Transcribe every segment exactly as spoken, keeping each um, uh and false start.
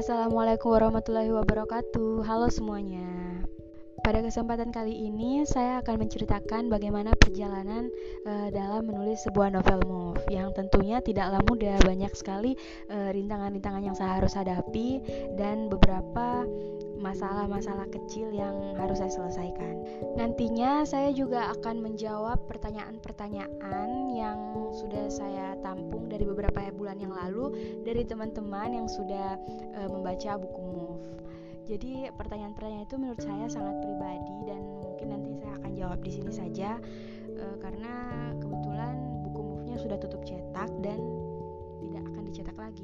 Assalamualaikum warahmatullahi wabarakatuh. Halo semuanya. Pada kesempatan kali ini saya akan menceritakan bagaimana perjalanan uh, dalam menulis sebuah novel move yang tentunya tidaklah mudah. Banyak sekali uh, rintangan-rintangan yang saya harus hadapi dan beberapa masalah-masalah kecil yang harus saya selesaikan. Nantinya saya juga akan menjawab pertanyaan-pertanyaan yang sudah saya tampung dari beberapa bulan yang lalu dari teman-teman yang sudah uh, membaca buku Move. Jadi pertanyaan-pertanyaan itu menurut saya sangat pribadi dan mungkin nanti saya akan jawab di sini saja uh, karena kebetulan buku Move-nya sudah tutup cetak dan tidak akan dicetak lagi.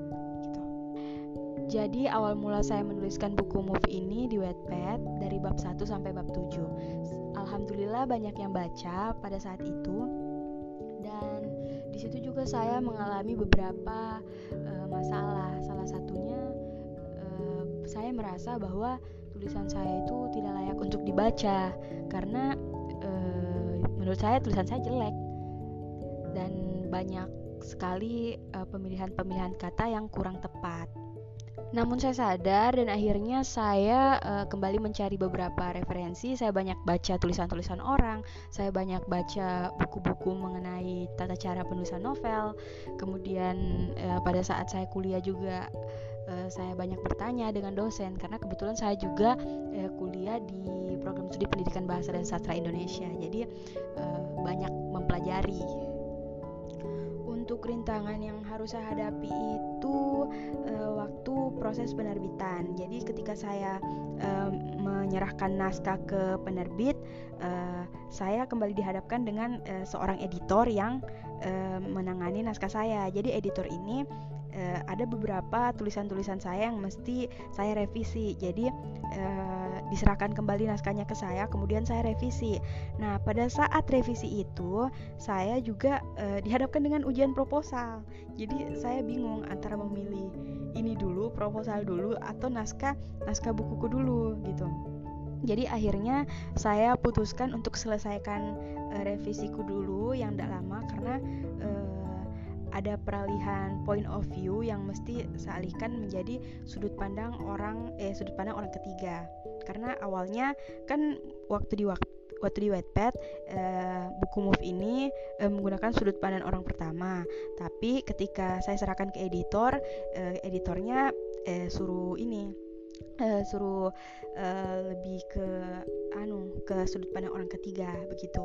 Jadi awal mula saya menuliskan buku Move ini di Wattpad dari bab satu sampai bab tujuh. Alhamdulillah banyak yang baca pada saat itu. Dan di situ juga saya mengalami beberapa uh, masalah. Salah satunya uh, saya merasa bahwa tulisan saya itu tidak layak untuk dibaca karena uh, menurut saya tulisan saya jelek dan banyak sekali uh, pemilihan-pemilihan kata yang kurang tepat. Namun saya sadar dan akhirnya saya uh, kembali mencari beberapa referensi. Saya banyak baca tulisan-tulisan orang, saya banyak baca buku-buku mengenai tata cara penulisan novel. Kemudian uh, pada saat saya kuliah juga uh, saya banyak bertanya dengan dosen karena kebetulan saya juga uh, kuliah di program studi pendidikan bahasa dan sastra Indonesia. Jadi uh, banyak mempelajari. Untuk rintangan yang harus saya hadapi itu uh, waktu proses penerbitan. Jadi ketika saya uh, menyerahkan naskah ke penerbit, uh, saya kembali dihadapkan dengan uh, seorang editor yang uh, menangani naskah saya. Jadi editor ini uh, ada beberapa tulisan-tulisan saya yang mesti saya revisi. Jadi uh, diserahkan kembali naskahnya ke saya, kemudian saya revisi. Nah, pada saat revisi itu saya juga uh, dihadapkan dengan ujian proposal. Jadi saya bingung antara memilih ini dulu, proposal dulu, atau naskah naskah bukuku dulu gitu. Jadi akhirnya saya putuskan untuk selesaikan uh, revisiku dulu yang tidak lama karena uh, ada peralihan point of view yang mesti saya alihkan menjadi sudut pandang orang eh sudut pandang orang ketiga. Karena awalnya kan waktu di waktu waktu di Wattpad eh, buku Move ini eh, menggunakan sudut pandang orang pertama. Tapi ketika saya serahkan ke editor, eh, editornya eh, suruh ini eh, suruh eh, lebih ke anu ke sudut pandang orang ketiga begitu.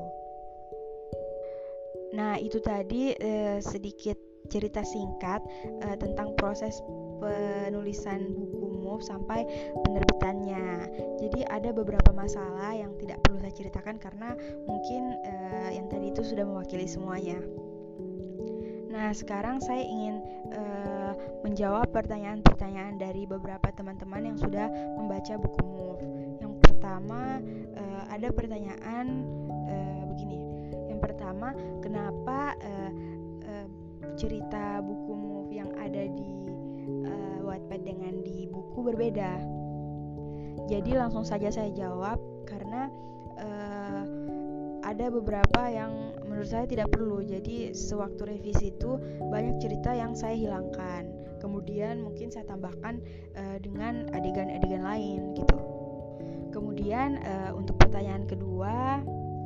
Nah, itu tadi eh, sedikit cerita singkat eh, tentang proses penulisan buku Move sampai penerbitannya. Jadi ada beberapa masalah yang tidak perlu saya ceritakan karena mungkin eh, yang tadi itu sudah mewakili semuanya. Nah, sekarang saya ingin eh, menjawab pertanyaan-pertanyaan dari beberapa teman-teman yang sudah membaca buku Move. Yang pertama eh, ada pertanyaan eh, begini. Yang pertama, kenapa uh, uh, cerita buku Move yang ada di uh, Wattpad dengan di buku berbeda? Jadi langsung saja saya jawab karena uh, ada beberapa yang menurut saya tidak perlu. Jadi sewaktu revisi itu banyak cerita yang saya hilangkan. Kemudian mungkin saya tambahkan uh, dengan adegan-adegan lain gitu. Kemudian uh, untuk pertanyaan kedua,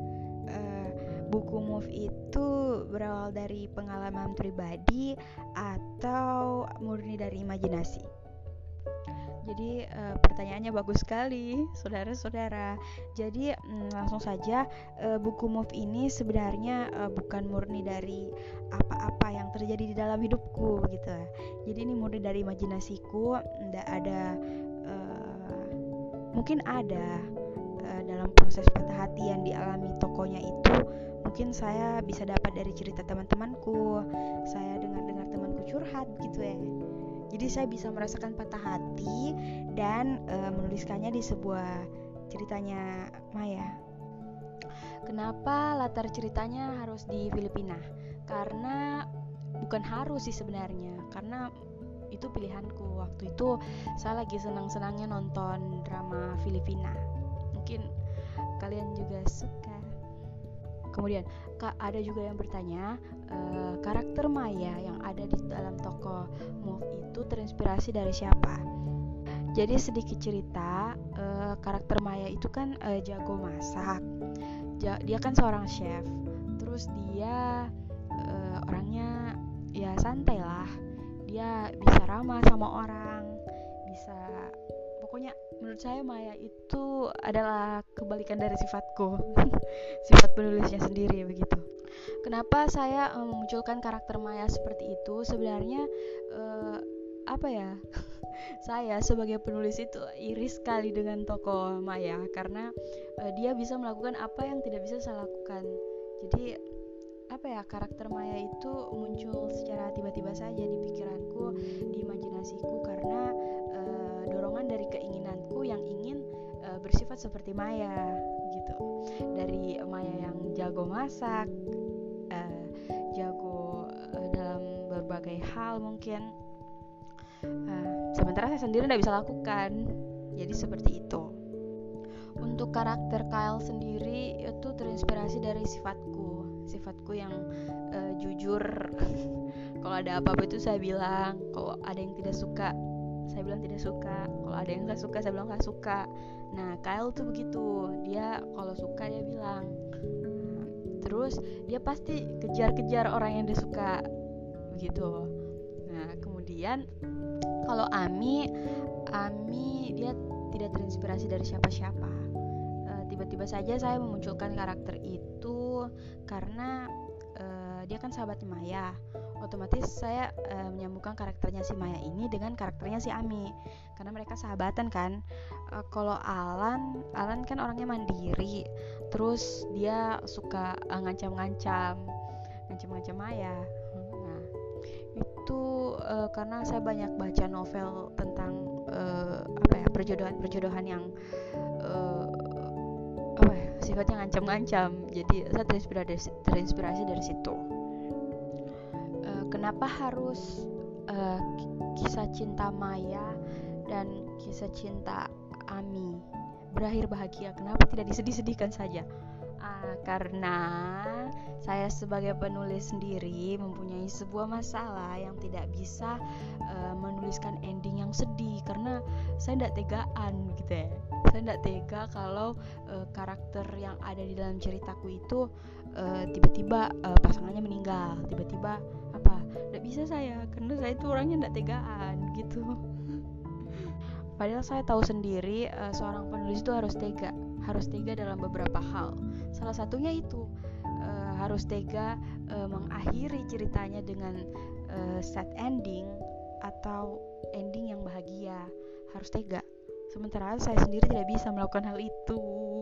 buku Move itu berawal dari pengalaman pribadi atau murni dari imajinasi? Jadi e, pertanyaannya bagus sekali, saudara-saudara. Jadi mm, langsung saja e, buku Move ini sebenarnya e, bukan murni dari apa-apa yang terjadi di dalam hidupku gitu. Jadi ini murni dari imajinasiku, tidak ada e, mungkin ada e, dalam proses patah hati yang dialami tokohnya itu. Mungkin saya bisa dapat dari cerita teman-temanku, saya dengar-dengar temanku curhat gitu ya. Jadi saya bisa merasakan patah hati dan e, menuliskannya di sebuah ceritanya Maya. Kenapa latar ceritanya harus di Filipina? Karena bukan harus sih sebenarnya, karena itu pilihanku. Waktu itu saya lagi senang-senangnya nonton drama Filipina. Mungkin kalian juga suka. Kemudian ada juga yang bertanya, uh, karakter Maya yang ada di dalam tokoh Move itu terinspirasi dari siapa? Jadi sedikit cerita, uh, karakter Maya itu kan uh, jago masak. Ja- dia kan seorang chef. Terus dia uh, orangnya ya santai lah. Dia bisa ramah sama orang, bisa pokoknya menurut saya Maya itu adalah kebalikan dari sifatku. Sifat penulisnya sendiri begitu. Kenapa saya um, memunculkan karakter Maya seperti itu? Sebenarnya uh, apa ya? Saya sebagai penulis itu iri sekali dengan tokoh Maya karena uh, dia bisa melakukan apa yang tidak bisa saya lakukan. Jadi apa ya, karakter Maya itu muncul secara tiba-tiba saja di pikiranku, di imajinasiku karena uh, dorongan dari keinginanku yang ingin uh, bersifat seperti Maya gitu. Dari Maya yang jago masak, uh, jago uh, dalam berbagai hal mungkin. Uh, sementara saya sendiri tidak bisa lakukan. Jadi seperti itu. Untuk karakter Kyle sendiri itu terinspirasi dari sifatku, sifatku yang uh, jujur. Kalau ada apa-apa itu saya bilang. Kalau ada yang tidak suka, saya bilang tidak suka. Kalau ada yang nggak suka, saya bilang nggak suka. Nah, Kyle tuh begitu. Dia kalau suka dia bilang. Nah, terus dia pasti kejar-kejar orang yang dia suka, begitu. Nah, kemudian kalau Ami, Ami dia tidak terinspirasi dari siapa-siapa. E, tiba-tiba saja saya memunculkan karakter itu karena e, dia kan sahabatnya Maya. Otomatis saya e, menyambungkan karakternya si Maya ini dengan karakternya si Ami, karena mereka sahabatan kan. E, kalau Alan, Alan kan orangnya mandiri, terus dia suka e, ngancam-ngancam, ngancam-ngancam Maya. Nah, itu uh, karena saya banyak baca novel tentang uh, apa ya, perjodohan-perjodohan yang uh, apa ya, sifatnya ngancam-ngancam. Jadi saya terinspirasi terinspirasi dari situ. Uh, kenapa harus uh, kisah cinta Maya dan kisah cinta Ami berakhir bahagia? Kenapa tidak disedih-sedihkan saja? Uh, karena saya sebagai penulis sendiri mempunyai sebuah masalah yang tidak bisa uh, menuliskan ending yang sedih, karena saya tidak tegaan gitu ya. Saya tidak tega kalau uh, karakter yang ada di dalam ceritaku itu uh, tiba-tiba uh, pasangannya meninggal, tiba-tiba apa? Tidak bisa saya, karena saya itu orangnya tidak tegaan gitu. Padahal saya tahu sendiri uh, seorang penulis itu harus tega, harus tega dalam beberapa hal. Salah satunya itu uh, harus tega uh, mengakhiri ceritanya dengan uh, sad ending atau ending yang bahagia. Harus tega. Sementara saya sendiri tidak bisa melakukan hal itu.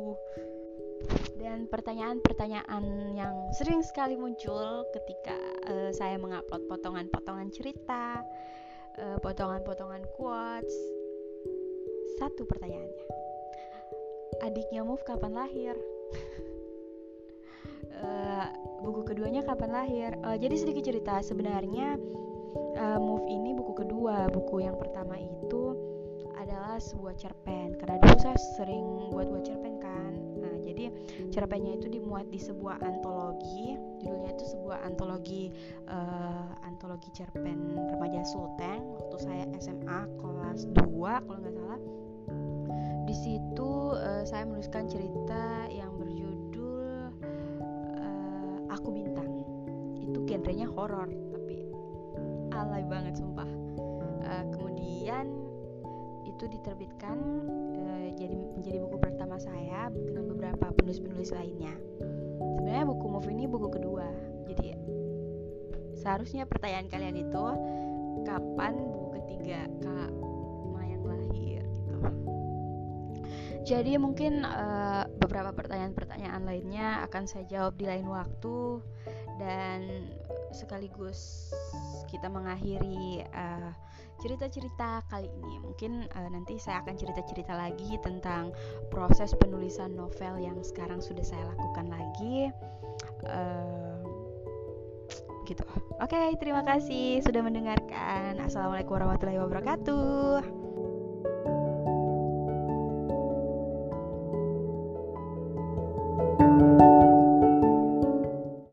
Dan pertanyaan-pertanyaan yang sering sekali muncul ketika uh, saya mengupload potongan-potongan cerita, uh, potongan-potongan quotes. Satu pertanyaannya, adiknya Move kapan lahir? uh, buku keduanya kapan lahir? Uh, jadi sedikit cerita, sebenarnya uh, Move ini buku kedua. Buku yang pertama itu adalah sebuah cerpen, karena dulu saya sering buat-buat cerpen kan. Nah, jadi cerpennya itu dimuat di sebuah antologi, judulnya itu sebuah antologi uh, antologi cerpen remaja Sulteng waktu saya S M A kelas dua kalau nggak salah. Di situ uh, saya menuliskan cerita yang berjudul uh, Aku Bintang. Itu genrenya horor, tapi alay banget sumpah. Uh, kemudian itu diterbitkan uh, jadi menjadi buku pertama saya dengan beberapa penulis-penulis lainnya. Sebenarnya buku Move ini buku kedua. Jadi seharusnya pertanyaan kalian itu kapan buku ketiga Kak Mayang lahir gitu. Jadi mungkin uh, beberapa pertanyaan-pertanyaan lainnya akan saya jawab di lain waktu, dan sekaligus kita mengakhiri uh, cerita-cerita kali ini. Mungkin uh, nanti saya akan cerita-cerita lagi tentang proses penulisan novel yang sekarang sudah saya lakukan lagi. Uh, gitu. Oke, okay, terima kasih sudah mendengarkan. Assalamualaikum warahmatullahi wabarakatuh.